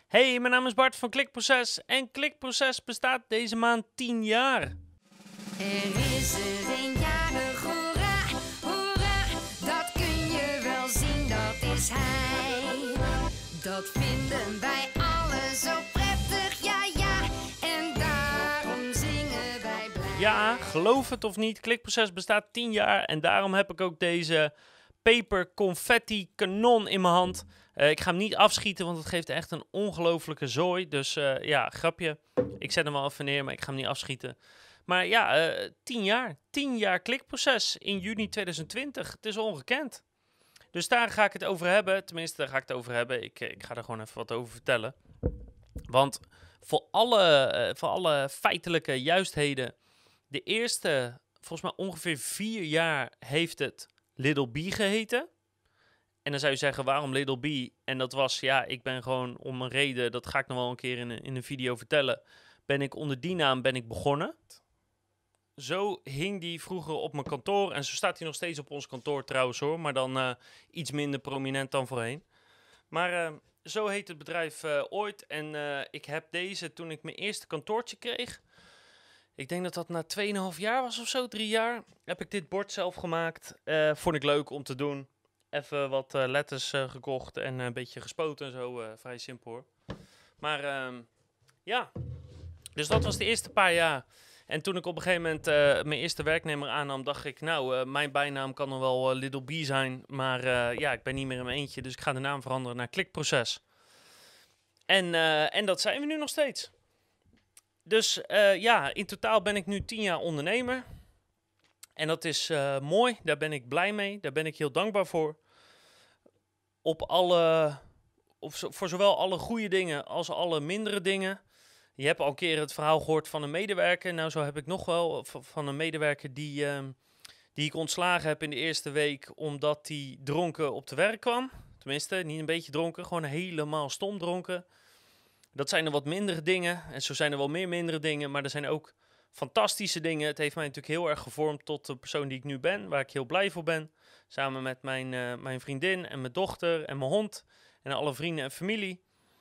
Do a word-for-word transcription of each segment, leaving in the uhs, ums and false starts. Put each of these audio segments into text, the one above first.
Hey, mijn naam is Bart van Klikproces en Klikproces bestaat deze maand tien jaar. Er is er een jarig, hoera, hoera, dat kun je wel zien, dat is hij. Dat vinden wij alle zo prettig, ja ja, en daarom zingen wij blij. Ja, geloof het of niet, Klikproces bestaat tien jaar en daarom heb ik ook deze paper confetti kanon in mijn hand. Uh, ik ga hem niet afschieten, want het geeft echt een ongelofelijke zooi. Dus uh, ja, grapje. Ik zet hem wel even neer, maar ik ga hem niet afschieten. Maar ja, uh, tien jaar. Tien jaar Klikproces in juni tweeduizend twintig. Het is ongekend. Dus daar ga ik het over hebben. Tenminste, daar ga ik het over hebben. Ik, ik ga er gewoon even wat over vertellen. Want voor alle, uh, voor alle feitelijke juistheden, de eerste, volgens mij ongeveer vier jaar heeft het Little B geheten. En dan zou je zeggen, waarom Little B? En dat was, ja, ik ben gewoon om een reden, dat ga ik nog wel een keer in een, in een video vertellen, ben ik onder die naam ben ik begonnen. Zo hing die vroeger op mijn kantoor en zo staat hij nog steeds op ons kantoor trouwens hoor, maar dan uh, iets minder prominent dan voorheen. Maar uh, zo heet het bedrijf uh, ooit en uh, ik heb deze toen ik mijn eerste kantoortje kreeg. Ik denk dat dat na twee komma vijf jaar was of zo, drie jaar, heb ik dit bord zelf gemaakt. Uh, vond ik leuk om te doen. Even wat uh, letters uh, gekocht en uh, een beetje gespoten en zo. Uh, vrij simpel hoor. Maar uh, ja, dus dat was de eerste paar jaar. En toen ik op een gegeven moment uh, mijn eerste werknemer aannam, dacht ik, nou, uh, mijn bijnaam kan nog wel uh, Little B zijn. Maar uh, ja, ik ben niet meer in mijn eentje, dus ik ga de naam veranderen naar Klikproces. En, uh, en dat zijn we nu nog steeds. Dus uh, ja, in totaal ben ik nu tien jaar ondernemer. En dat is uh, mooi, daar ben ik blij mee, daar ben ik heel dankbaar voor. Op alle, op zo, voor zowel alle goede dingen als alle mindere dingen. Je hebt al een keer het verhaal gehoord van een medewerker. Nou, zo heb ik nog wel van een medewerker die, uh, die ik ontslagen heb in de eerste week, omdat hij dronken op te werk kwam. Tenminste, niet een beetje dronken, gewoon helemaal stom dronken. Dat zijn er wat mindere dingen. En zo zijn er wel meer mindere dingen, maar er zijn ook fantastische dingen. Het heeft mij natuurlijk heel erg gevormd tot de persoon die ik nu ben, waar ik heel blij voor ben. Samen met mijn, uh, mijn vriendin en mijn dochter en mijn hond en alle vrienden en familie.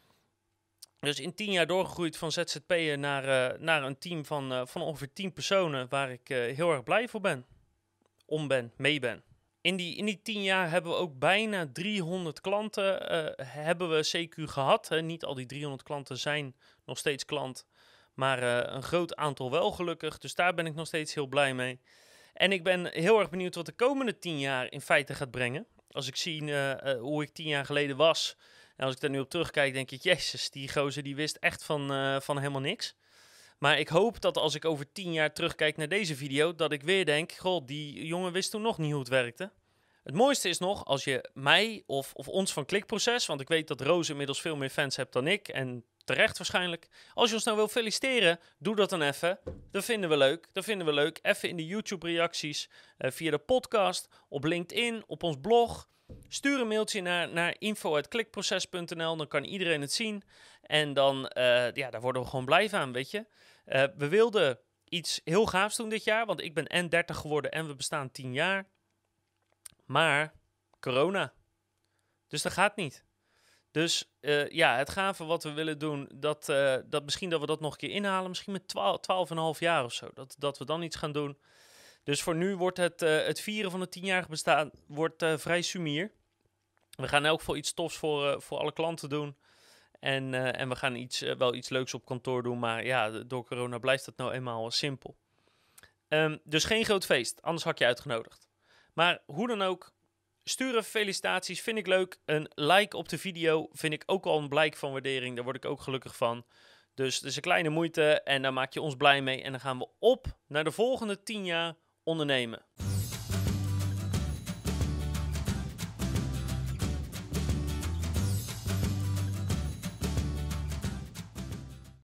Dus in tien jaar doorgegroeid van Z Z P'er naar, uh, naar een team van, uh, van ongeveer tien personen waar ik uh, heel erg blij voor ben. Om ben, mee ben. In die, in die tien jaar hebben we ook bijna driehonderd klanten uh, hebben we C Q gehad. Hè. Niet al die driehonderd klanten zijn nog steeds klant, maar uh, een groot aantal wel gelukkig. Dus daar ben ik nog steeds heel blij mee. En ik ben heel erg benieuwd wat de komende tien jaar in feite gaat brengen. Als ik zie uh, uh, hoe ik tien jaar geleden was. En als ik daar nu op terugkijk, denk ik, jezus, die gozer die wist echt van, uh, van helemaal niks. Maar ik hoop dat als ik over tien jaar terugkijk naar deze video, dat ik weer denk, goh, die jongen wist toen nog niet hoe het werkte. Het mooiste is nog, als je mij of, of ons van Klikproces, want ik weet dat Roos inmiddels veel meer fans hebt dan ik, en terecht waarschijnlijk. Als je ons nou wil feliciteren, doe dat dan even. Dat vinden we leuk. Dat vinden we leuk. Even in de YouTube-reacties, uh, via de podcast, op LinkedIn, op ons blog. Stuur een mailtje naar, naar info at klikproces punt n l, dan kan iedereen het zien. En dan, uh, ja, daar worden we gewoon blij van, weet je. Uh, we wilden iets heel gaafs doen dit jaar, want ik ben en dertig geworden en we bestaan tien jaar. Maar corona. Dus dat gaat niet. Dus uh, ja, het gave wat we willen doen, dat, uh, dat misschien dat we dat nog een keer inhalen. Misschien met twaalf, twaalf en een half jaar of zo. Dat, dat we dan iets gaan doen. Dus voor nu wordt het, uh, het vieren van het tienjarig bestaan wordt, uh, vrij sumier. We gaan in elk geval iets tofs voor, uh, voor alle klanten doen. En, uh, en we gaan iets, uh, wel iets leuks op kantoor doen. Maar ja, door corona blijft dat nou eenmaal simpel. Um, dus geen groot feest, anders had je uitgenodigd. Maar hoe dan ook, stuur even felicitaties, vind ik leuk. Een like op de video vind ik ook al een blijk van waardering. Daar word ik ook gelukkig van. Dus het is een kleine moeite en daar maak je ons blij mee. En dan gaan we op naar de volgende tien jaar ondernemen.